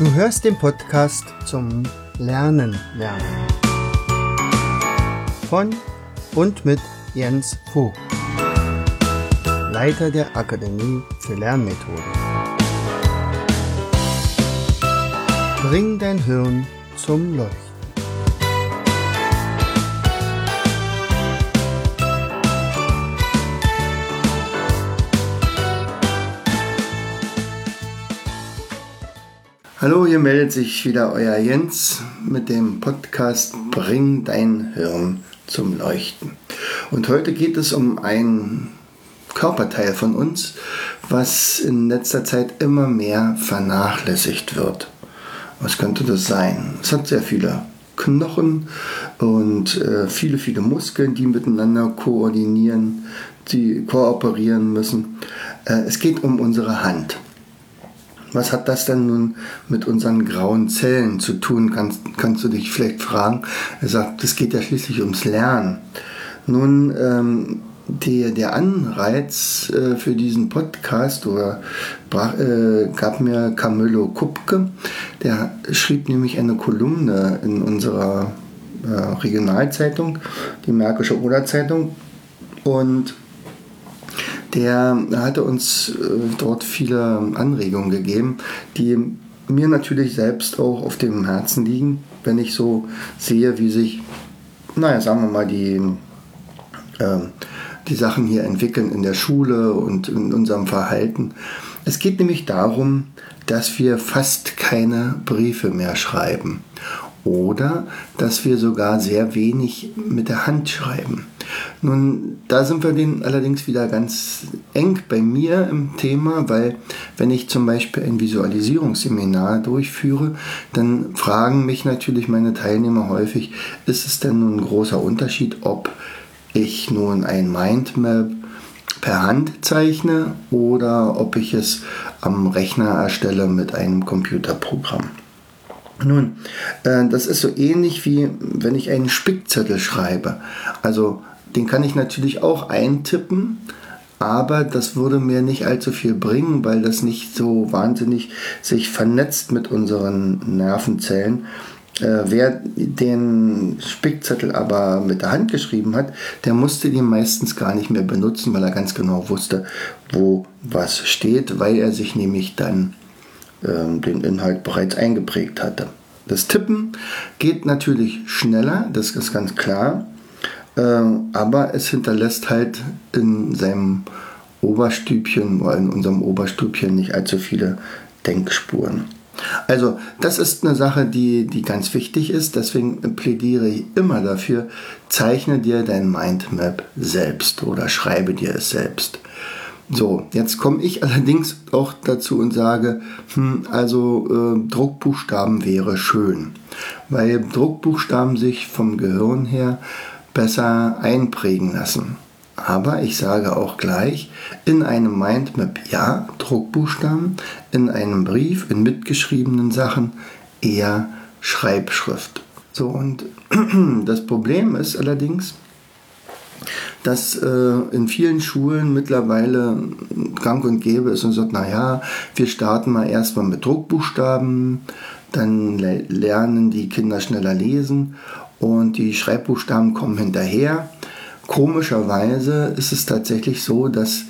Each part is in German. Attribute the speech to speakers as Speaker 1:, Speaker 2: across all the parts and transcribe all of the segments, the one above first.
Speaker 1: Du hörst den Podcast zum Lernen. Von und mit Jens Vogt, Leiter der Akademie für Lernmethoden. Bring dein Hirn zum Leuchten. Hallo, hier meldet sich wieder euer Jens mit dem Podcast Bring dein Hirn zum Leuchten. Und heute geht es um ein Körperteil von uns, was in letzter Zeit immer mehr vernachlässigt wird. Was könnte das sein? Es hat sehr viele Knochen und viele Muskeln, die miteinander kooperieren müssen. Es geht um unsere Hand. Was hat das denn nun mit unseren grauen Zellen zu tun, kannst du dich vielleicht fragen. Er sagt, es geht ja schließlich ums Lernen. Nun, der Anreiz für diesen Podcast gab mir Camillo Kupke. Der schrieb nämlich eine Kolumne in unserer Regionalzeitung, die Märkische Oderzeitung, und der hatte uns dort viele Anregungen gegeben, die mir natürlich selbst auch auf dem Herzen liegen, wenn ich so sehe, wie sich, sagen wir mal, die Sachen hier entwickeln in der Schule und in unserem Verhalten. Es geht nämlich darum, dass wir fast keine Briefe mehr schreiben oder dass wir sogar sehr wenig mit der Hand schreiben. Nun, da sind wir allerdings wieder ganz eng bei mir im Thema, weil wenn ich zum Beispiel ein Visualisierungsseminar durchführe, dann fragen mich natürlich meine Teilnehmer häufig, ist es denn nun ein großer Unterschied, ob ich nun ein Mindmap per Hand zeichne oder ob ich es am Rechner erstelle mit einem Computerprogramm. Nun, das ist so ähnlich wie wenn ich einen Spickzettel schreibe. Also den kann ich natürlich auch eintippen, aber das würde mir nicht allzu viel bringen, weil das nicht so wahnsinnig sich vernetzt mit unseren Nervenzellen. Wer den Spickzettel aber mit der Hand geschrieben hat, der musste den meistens gar nicht mehr benutzen, weil er ganz genau wusste, wo was steht, weil er sich nämlich dann den Inhalt bereits eingeprägt hatte. Das Tippen geht natürlich schneller, das ist ganz klar, aber es hinterlässt halt in seinem Oberstübchen oder in unserem Oberstübchen nicht allzu viele Denkspuren. Also das ist eine Sache, die ganz wichtig ist, deswegen plädiere ich immer dafür, zeichne dir dein Mindmap selbst oder schreibe dir es selbst. So, jetzt komme ich allerdings auch dazu und sage, Druckbuchstaben wäre schön, weil Druckbuchstaben sich vom Gehirn her besser einprägen lassen. Aber ich sage auch gleich, in einem Mindmap ja, Druckbuchstaben, in einem Brief, in mitgeschriebenen Sachen eher Schreibschrift. So, und das Problem ist allerdings, dass in vielen Schulen mittlerweile gang und gäbe ist und sagt, wir starten mal erstmal mit Druckbuchstaben, dann lernen die Kinder schneller lesen und die Schreibbuchstaben kommen hinterher. Komischerweise ist es tatsächlich so, dass,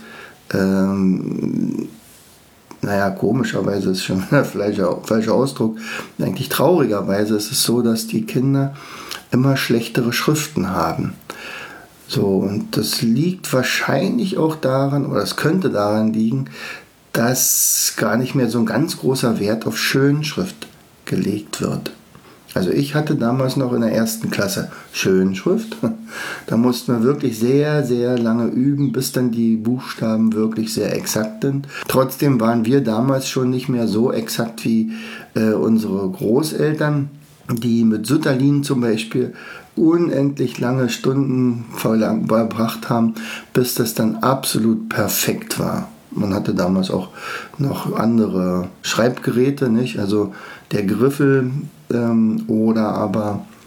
Speaker 1: komischerweise ist schon der falsche Ausdruck, eigentlich traurigerweise ist es so, dass die Kinder immer schlechtere Schriften haben. So, und das liegt wahrscheinlich auch daran, oder es könnte daran liegen, dass gar nicht mehr so ein ganz großer Wert auf Schönschrift gelegt wird. Also ich hatte damals noch in der 1. Klasse Schönschrift. Da mussten wir wirklich sehr, sehr lange üben, bis dann die Buchstaben wirklich sehr exakt sind. Trotzdem waren wir damals schon nicht mehr so exakt wie unsere Großeltern, die mit Sütterlin zum Beispiel unendlich lange Stunden verbracht haben, bis das dann absolut perfekt war. Man hatte damals auch noch andere Schreibgeräte, nicht? Also der Griffel oder aber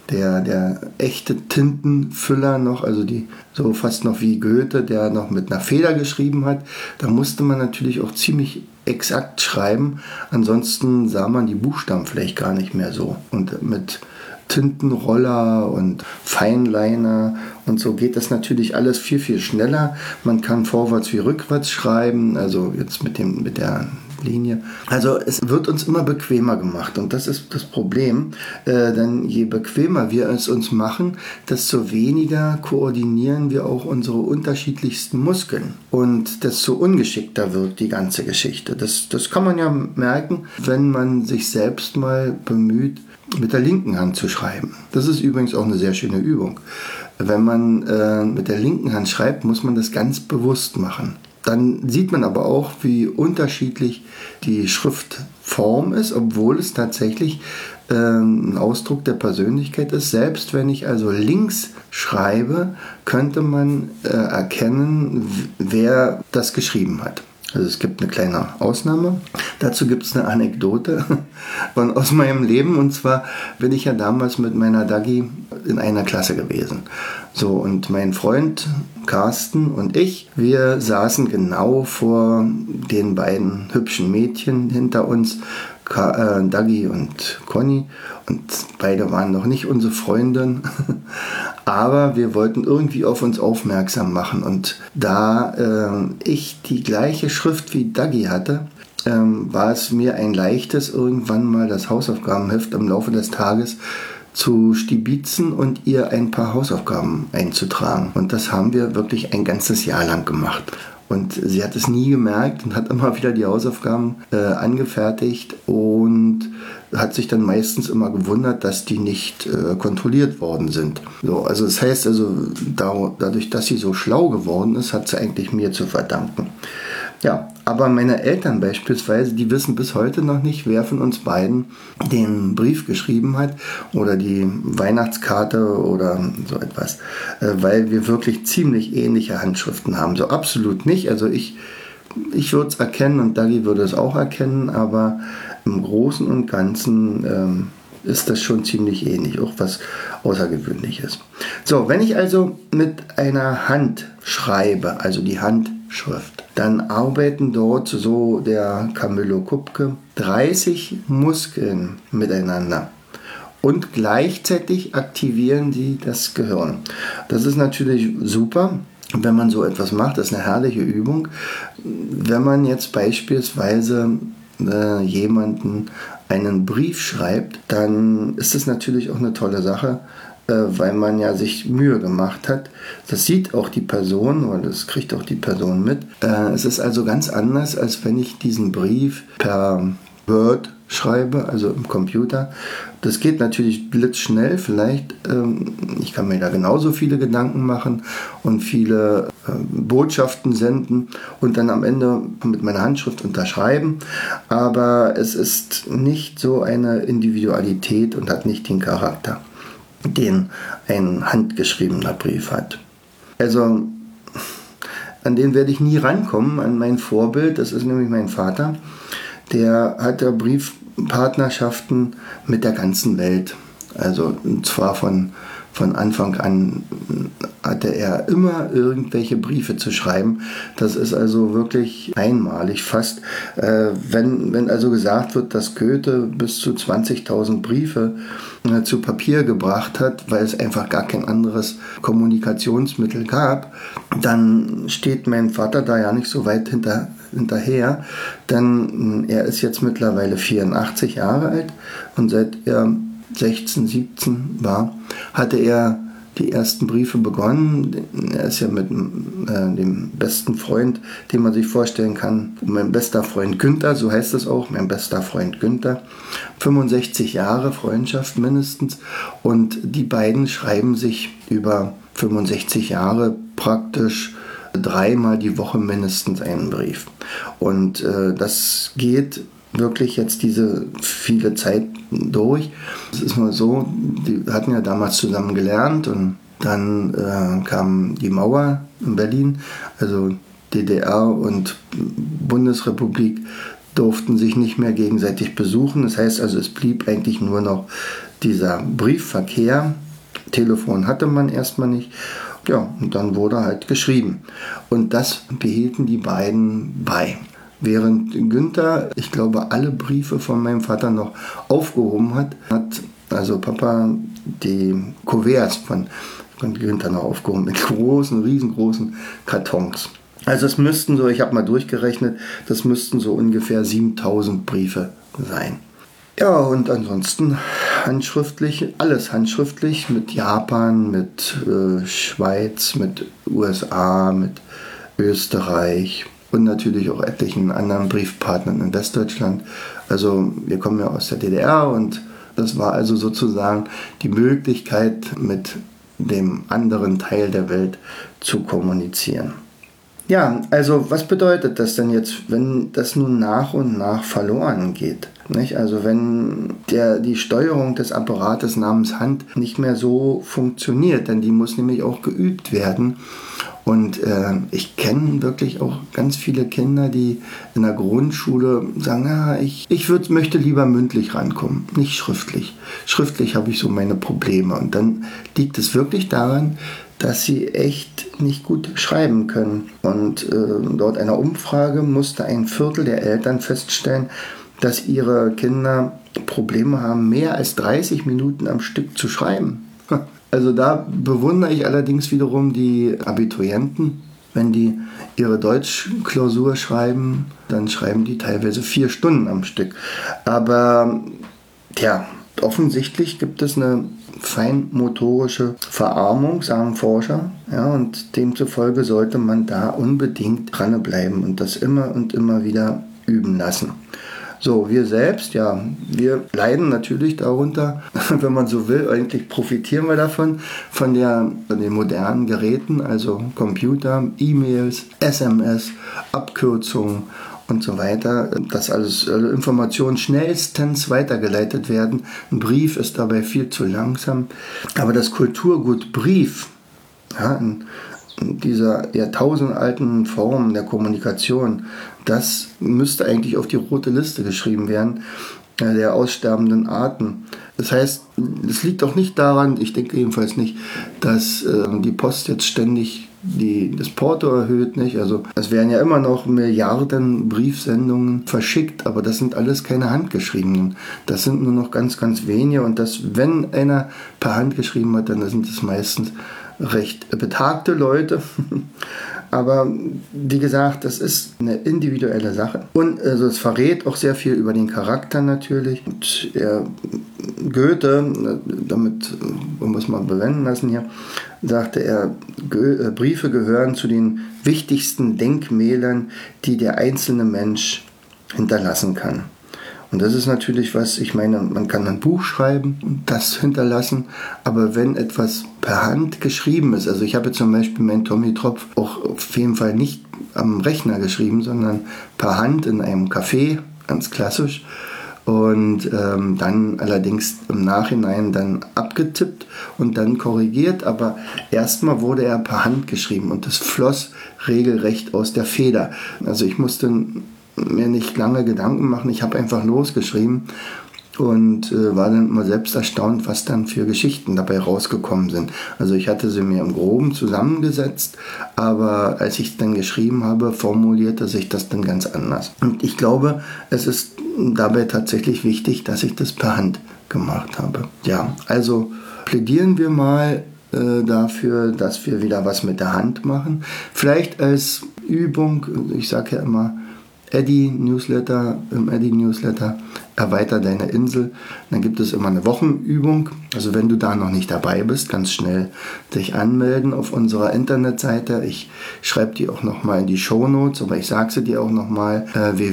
Speaker 1: der echte Tintenfüller noch, also die so fast noch wie Goethe, der noch mit einer Feder geschrieben hat. Da musste man natürlich auch ziemlich exakt schreiben, ansonsten sah man die Buchstaben vielleicht gar nicht mehr so. Und mit Tintenroller und Feinliner und so geht das natürlich alles viel, viel schneller. Man kann vorwärts wie rückwärts schreiben, also jetzt mit der Linie. Also es wird uns immer bequemer gemacht und das ist das Problem, denn je bequemer wir es uns machen, desto weniger koordinieren wir auch unsere unterschiedlichsten Muskeln und desto ungeschickter wird die ganze Geschichte. Das kann man ja merken, wenn man sich selbst mal bemüht, mit der linken Hand zu schreiben. Das ist übrigens auch eine sehr schöne Übung. Wenn man mit der linken Hand schreibt, muss man das ganz bewusst machen. Dann sieht man aber auch, wie unterschiedlich die Schriftform ist, obwohl es tatsächlich ein Ausdruck der Persönlichkeit ist. Selbst wenn ich also links schreibe, könnte man erkennen, wer das geschrieben hat. Also es gibt eine kleine Ausnahme. Dazu gibt es eine Anekdote aus meinem Leben. Und zwar bin ich ja damals mit meiner Dagi in einer Klasse gewesen. So, und mein Freund Carsten und ich, wir saßen genau vor den beiden hübschen Mädchen hinter uns, Dagi und Conny. Und beide waren noch nicht unsere Freundin. Aber wir wollten irgendwie auf uns aufmerksam machen. Und da ich die gleiche Schrift wie Dagi hatte, war es mir ein leichtes, irgendwann mal das Hausaufgabenheft im Laufe des Tages zu stibitzen und ihr ein paar Hausaufgaben einzutragen. Und das haben wir wirklich ein ganzes Jahr lang gemacht. Und sie hat es nie gemerkt und hat immer wieder die Hausaufgaben angefertigt und hat sich dann meistens immer gewundert, dass die nicht kontrolliert worden sind. So, also das heißt, dadurch, dass sie so schlau geworden ist, hat sie eigentlich mir zu verdanken. Ja, aber meine Eltern beispielsweise, die wissen bis heute noch nicht, wer von uns beiden den Brief geschrieben hat oder die Weihnachtskarte oder so etwas, weil wir wirklich ziemlich ähnliche Handschriften haben. So absolut nicht, also ich würde es erkennen und Dagi würde es auch erkennen, aber im Großen und Ganzen ist das schon ziemlich ähnlich, auch was Außergewöhnliches. So, wenn ich also mit einer Hand schreibe, also die Handschrift, dann arbeiten dort, so der Camillo Kupke, 30 Muskeln miteinander. Und gleichzeitig aktivieren die das Gehirn. Das ist natürlich super, wenn man so etwas macht. Das ist eine herrliche Übung. Wenn man jetzt beispielsweise jemanden einen Brief schreibt, dann ist es natürlich auch eine tolle Sache, weil man ja sich Mühe gemacht hat. Das sieht auch die Person oder das kriegt auch die Person mit. Es ist also ganz anders, als wenn ich diesen Brief per Word schreibe, also im Computer. Das geht natürlich blitzschnell, vielleicht. Ich kann mir da genauso viele Gedanken machen und viele Botschaften senden und dann am Ende mit meiner Handschrift unterschreiben. Aber es ist nicht so eine Individualität und hat nicht den Charakter, den ein handgeschriebener Brief hat. Also an den werde ich nie rankommen, an mein Vorbild, das ist nämlich mein Vater. Der hatte Briefpartnerschaften mit der ganzen Welt. Also und zwar von Anfang an hatte er immer irgendwelche Briefe zu schreiben. Das ist also wirklich einmalig fast. Wenn also gesagt wird, dass Goethe bis zu 20.000 Briefe zu Papier gebracht hat, weil es einfach gar kein anderes Kommunikationsmittel gab, dann steht mein Vater da ja nicht so weit hinterher, denn er ist jetzt mittlerweile 84 Jahre alt und seit er 16, 17 war, hatte er die ersten Briefe begonnen. Er ist ja mit dem besten Freund, den man sich vorstellen kann, mein bester Freund Günther, so heißt es auch, mein bester Freund Günther. 65 Jahre Freundschaft mindestens und die beiden schreiben sich über 65 Jahre praktisch 3-mal die Woche mindestens einen Brief. Und das geht wirklich jetzt diese viele Zeit durch. Es ist mal so, die hatten ja damals zusammen gelernt und dann kam die Mauer in Berlin, also DDR und Bundesrepublik durften sich nicht mehr gegenseitig besuchen. Das heißt also, es blieb eigentlich nur noch dieser Briefverkehr. Telefon hatte man erstmal nicht. Ja, und dann wurde halt geschrieben. Und das behielten die beiden bei. Während Günther, ich glaube, alle Briefe von meinem Vater noch aufgehoben hat also Papa die Kuverts von Günther noch aufgehoben mit riesengroßen Kartons. Also es müssten so, ich habe mal durchgerechnet, das müssten so ungefähr 7000 Briefe sein. Ja, und ansonsten handschriftlich, alles handschriftlich mit Japan, mit Schweiz, mit USA, mit Österreich und natürlich auch etlichen anderen Briefpartnern in Westdeutschland. Also wir kommen ja aus der DDR und das war also sozusagen die Möglichkeit, mit dem anderen Teil der Welt zu kommunizieren. Ja, also was bedeutet das denn jetzt, wenn das nun nach und nach verloren geht? Nicht? Also wenn die Steuerung des Apparates namens Hand nicht mehr so funktioniert, denn die muss nämlich auch geübt werden. Und ich kenne wirklich auch ganz viele Kinder, die in der Grundschule sagen, ja, ich möchte lieber mündlich rankommen, nicht schriftlich. Schriftlich habe ich so meine Probleme. Und dann liegt es wirklich daran, dass sie echt nicht gut schreiben können. Und laut einer Umfrage musste ein Viertel der Eltern feststellen, dass ihre Kinder Probleme haben, mehr als 30 Minuten am Stück zu schreiben. Also da bewundere ich allerdings wiederum die Abiturienten. Wenn die ihre Deutschklausur schreiben, dann schreiben die teilweise 4 Stunden am Stück. Aber offensichtlich gibt es eine feinmotorische Verarmung, sagen Forscher. Ja, und demzufolge sollte man da unbedingt dranbleiben und das immer und immer wieder üben lassen. So, wir selbst, wir leiden natürlich darunter, wenn man so will, eigentlich profitieren wir davon, von den modernen Geräten, also Computer, E-Mails, SMS, Abkürzungen und so weiter, dass alle Informationen schnellstens weitergeleitet werden. Ein Brief ist dabei viel zu langsam, aber das Kulturgut Brief, in dieser jahrtausendalten Form der Kommunikation, das müsste eigentlich auf die rote Liste geschrieben werden, der aussterbenden Arten. Das heißt, es liegt auch nicht daran, ich denke jedenfalls nicht, dass die Post jetzt ständig das Porto erhöht, nicht? Also es werden ja immer noch Milliarden Briefsendungen verschickt, aber das sind alles keine handgeschriebenen. Das sind nur noch ganz, ganz wenige und wenn einer per Hand geschrieben hat, dann sind es meistens recht betagte Leute. Aber wie gesagt, das ist eine individuelle Sache. Und also es verrät auch sehr viel über den Charakter natürlich. Und Goethe, damit muss man bewenden lassen hier, sagte er, Briefe gehören zu den wichtigsten Denkmälern, die der einzelne Mensch hinterlassen kann. Und das ist natürlich was, ich meine, man kann ein Buch schreiben und das hinterlassen, aber wenn etwas per Hand geschrieben ist, also ich habe zum Beispiel meinen Tommy Tropf auch auf jeden Fall nicht am Rechner geschrieben, sondern per Hand in einem Café, ganz klassisch, und dann allerdings im Nachhinein dann abgetippt und dann korrigiert, aber erstmal wurde er per Hand geschrieben und das floss regelrecht aus der Feder. Also ich musste mir nicht lange Gedanken machen, ich habe einfach losgeschrieben und war dann immer selbst erstaunt, was dann für Geschichten dabei rausgekommen sind. Also ich hatte sie mir im Groben zusammengesetzt, aber als ich dann geschrieben habe, formulierte sich das dann ganz anders. Und ich glaube, es ist dabei tatsächlich wichtig, dass ich das per Hand gemacht habe. Ja, also plädieren wir mal dafür, dass wir wieder was mit der Hand machen. Vielleicht als Übung, ich sage ja immer, im Eddy-Newsletter erweiter deine Insel. Dann gibt es immer eine Wochenübung. Also wenn du da noch nicht dabei bist, ganz schnell dich anmelden auf unserer Internetseite. Ich schreibe die auch nochmal in die Shownotes, aber ich sage sie dir auch nochmal.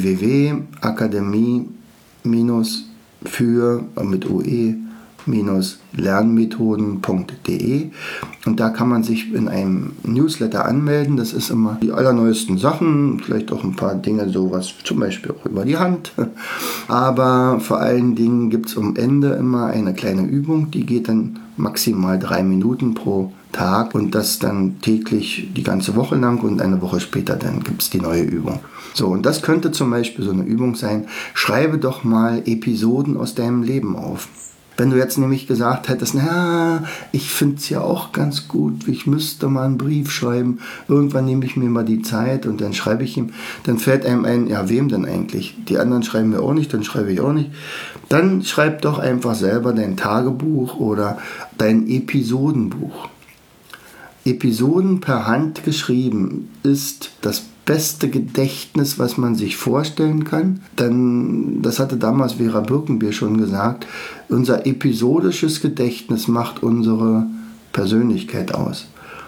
Speaker 1: www.akademie-für mit UE lernmethoden.de und da kann man sich in einem Newsletter anmelden. Das ist immer die allerneuesten Sachen, vielleicht auch ein paar Dinge, sowas zum Beispiel auch über die Hand. Aber vor allen Dingen gibt es am Ende immer eine kleine Übung, die geht dann maximal 3 Minuten pro Tag und das dann täglich die ganze Woche lang und eine Woche später dann gibt es die neue Übung. So, und das könnte zum Beispiel so eine Übung sein, schreibe doch mal Episoden aus deinem Leben auf. Wenn du jetzt nämlich gesagt hättest, na, ich finde es ja auch ganz gut, ich müsste mal einen Brief schreiben, irgendwann nehme ich mir mal die Zeit und dann schreibe ich ihm, dann fällt einem ein, ja, wem denn eigentlich? Die anderen schreiben mir auch nicht, dann schreibe ich auch nicht. Dann schreib doch einfach selber dein Tagebuch oder dein Episodenbuch. Episoden per Hand geschrieben ist das beste Gedächtnis, was man sich vorstellen kann. Denn, das hatte damals Vera Birkenbier schon gesagt, unser episodisches Gedächtnis macht unsere Persönlichkeit aus.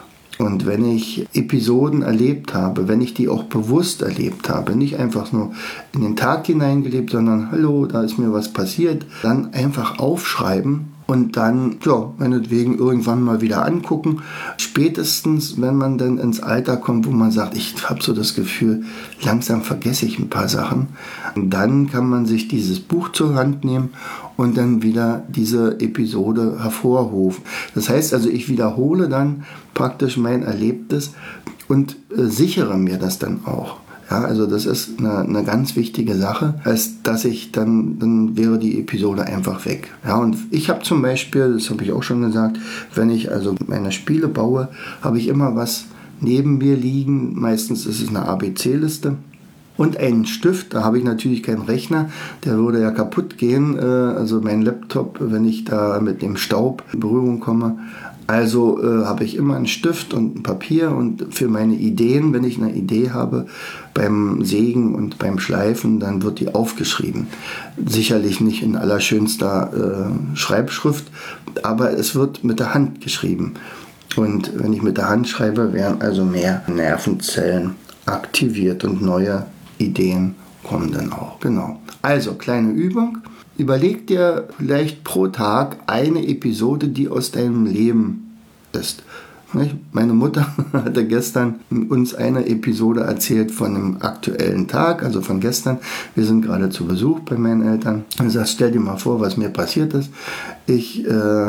Speaker 1: Und wenn ich Episoden erlebt habe, wenn ich die auch bewusst erlebt habe, nicht einfach nur in den Tag hineingelebt, sondern hallo, da ist mir was passiert, dann einfach aufschreiben und dann, ja, meinetwegen irgendwann mal wieder angucken. Spätestens, wenn man dann ins Alter kommt, wo man sagt, ich habe so das Gefühl, langsam vergesse ich ein paar Sachen. Und dann kann man sich dieses Buch zur Hand nehmen und dann wieder diese Episode hervorrufen. Das heißt also, ich wiederhole dann praktisch mein Erlebtes und sichere mir das dann auch. Ja, also das ist eine ganz wichtige Sache, als dass ich dann wäre die Episode einfach weg. Ja, und ich habe zum Beispiel, das habe ich auch schon gesagt, wenn ich also meine Spiele baue, habe ich immer was neben mir liegen. Meistens ist es eine ABC-Liste. Und einen Stift, da habe ich natürlich keinen Rechner, der würde ja kaputt gehen, also mein Laptop, wenn ich da mit dem Staub in Berührung komme. Also habe ich immer einen Stift und ein Papier und für meine Ideen, wenn ich eine Idee habe, beim Sägen und beim Schleifen, dann wird die aufgeschrieben. Sicherlich nicht in allerschönster Schreibschrift, aber es wird mit der Hand geschrieben. Und wenn ich mit der Hand schreibe, werden also mehr Nervenzellen aktiviert und neue Ideen kommen dann auch. Genau. Also, kleine Übung. Überleg dir vielleicht pro Tag eine Episode, die aus deinem Leben ist. Meine Mutter hatte gestern uns eine Episode erzählt von einem aktuellen Tag, also von gestern. Wir sind gerade zu Besuch bei meinen Eltern. Und sagt, stell dir mal vor, was mir passiert ist. Ich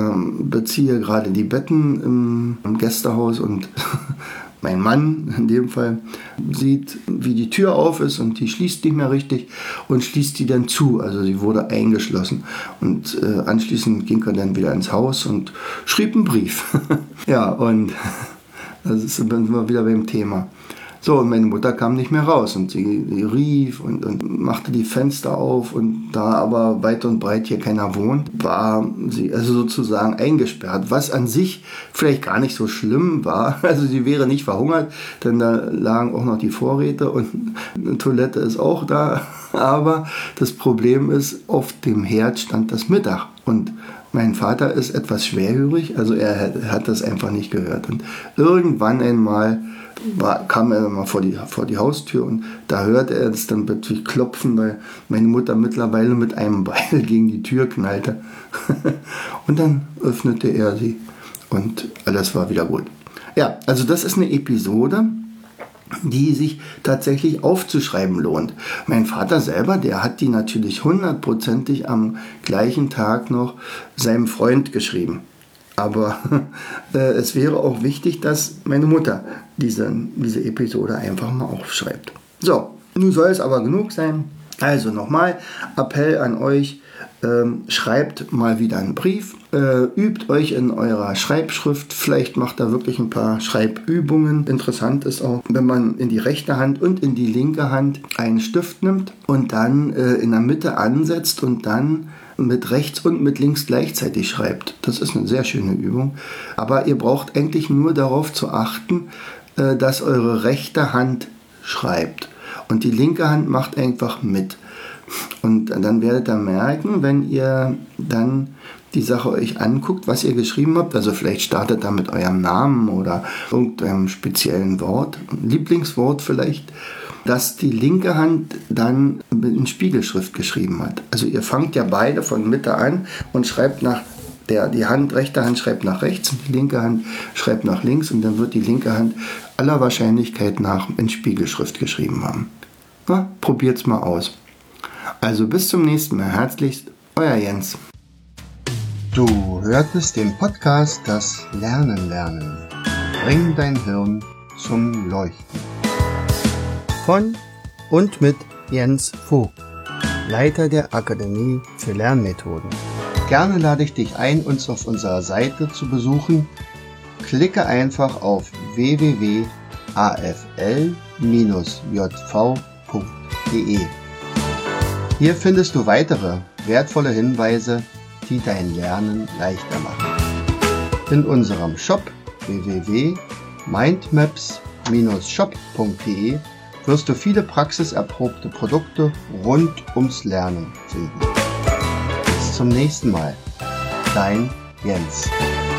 Speaker 1: beziehe gerade die Betten im Gästehaus und mein Mann in dem Fall sieht, wie die Tür auf ist und die schließt nicht mehr richtig und schließt die dann zu. Also sie wurde eingeschlossen. Und anschließend ging er dann wieder ins Haus und schrieb einen Brief. Ja, und das ist dann mal wieder beim Thema. So, und meine Mutter kam nicht mehr raus und sie rief und machte die Fenster auf und da aber weit und breit hier keiner wohnt, war sie also sozusagen eingesperrt, was an sich vielleicht gar nicht so schlimm war. Also sie wäre nicht verhungert, denn da lagen auch noch die Vorräte und eine Toilette ist auch da. Aber das Problem ist, auf dem Herd stand das Mittag und mein Vater ist etwas schwerhörig, also er hat das einfach nicht gehört. Und irgendwann einmal kam er mal vor die Haustür und da hörte er es dann plötzlich klopfen, weil meine Mutter mittlerweile mit einem Beil gegen die Tür knallte. Und dann öffnete er sie und alles war wieder gut. Ja, also das ist eine Episode, die sich tatsächlich aufzuschreiben lohnt. Mein Vater selber, der hat die natürlich 100%ig am gleichen Tag noch seinem Freund geschrieben. Aber es wäre auch wichtig, dass meine Mutter diese Episode einfach mal aufschreibt. So, nun soll es aber genug sein. Also nochmal, Appell an euch, schreibt mal wieder einen Brief, übt euch in eurer Schreibschrift, vielleicht macht da wirklich ein paar Schreibübungen. Interessant ist auch, wenn man in die rechte Hand und in die linke Hand einen Stift nimmt und dann in der Mitte ansetzt und dann mit rechts und mit links gleichzeitig schreibt. Das ist eine sehr schöne Übung. Aber ihr braucht eigentlich nur darauf zu achten, dass eure rechte Hand schreibt. Und die linke Hand macht einfach mit. Und dann werdet ihr merken, wenn ihr dann die Sache euch anguckt, was ihr geschrieben habt, also vielleicht startet da mit eurem Namen oder irgendeinem speziellen Wort, Lieblingswort vielleicht, dass die linke Hand dann in Spiegelschrift geschrieben hat. Also ihr fangt ja beide von Mitte an und schreibt rechte Hand schreibt nach rechts und die linke Hand schreibt nach links und dann wird die linke Hand aller Wahrscheinlichkeit nach in Spiegelschrift geschrieben haben. Na, probiert's mal aus. Also bis zum nächsten Mal. Herzlichst, euer Jens.
Speaker 2: Du hörtest den Podcast Das Lernen. Bring dein Hirn zum Leuchten.
Speaker 1: Von und mit Jens Vogt, Leiter der Akademie für Lernmethoden.
Speaker 2: Gerne lade ich dich ein, uns auf unserer Seite zu besuchen. Klicke einfach auf www.afl-jv.de. Hier findest du weitere wertvolle Hinweise, die dein Lernen leichter machen. In unserem Shop www.mindmaps-shop.de wirst du viele praxiserprobte Produkte rund ums Lernen finden. Bis zum nächsten Mal. Dein Jens.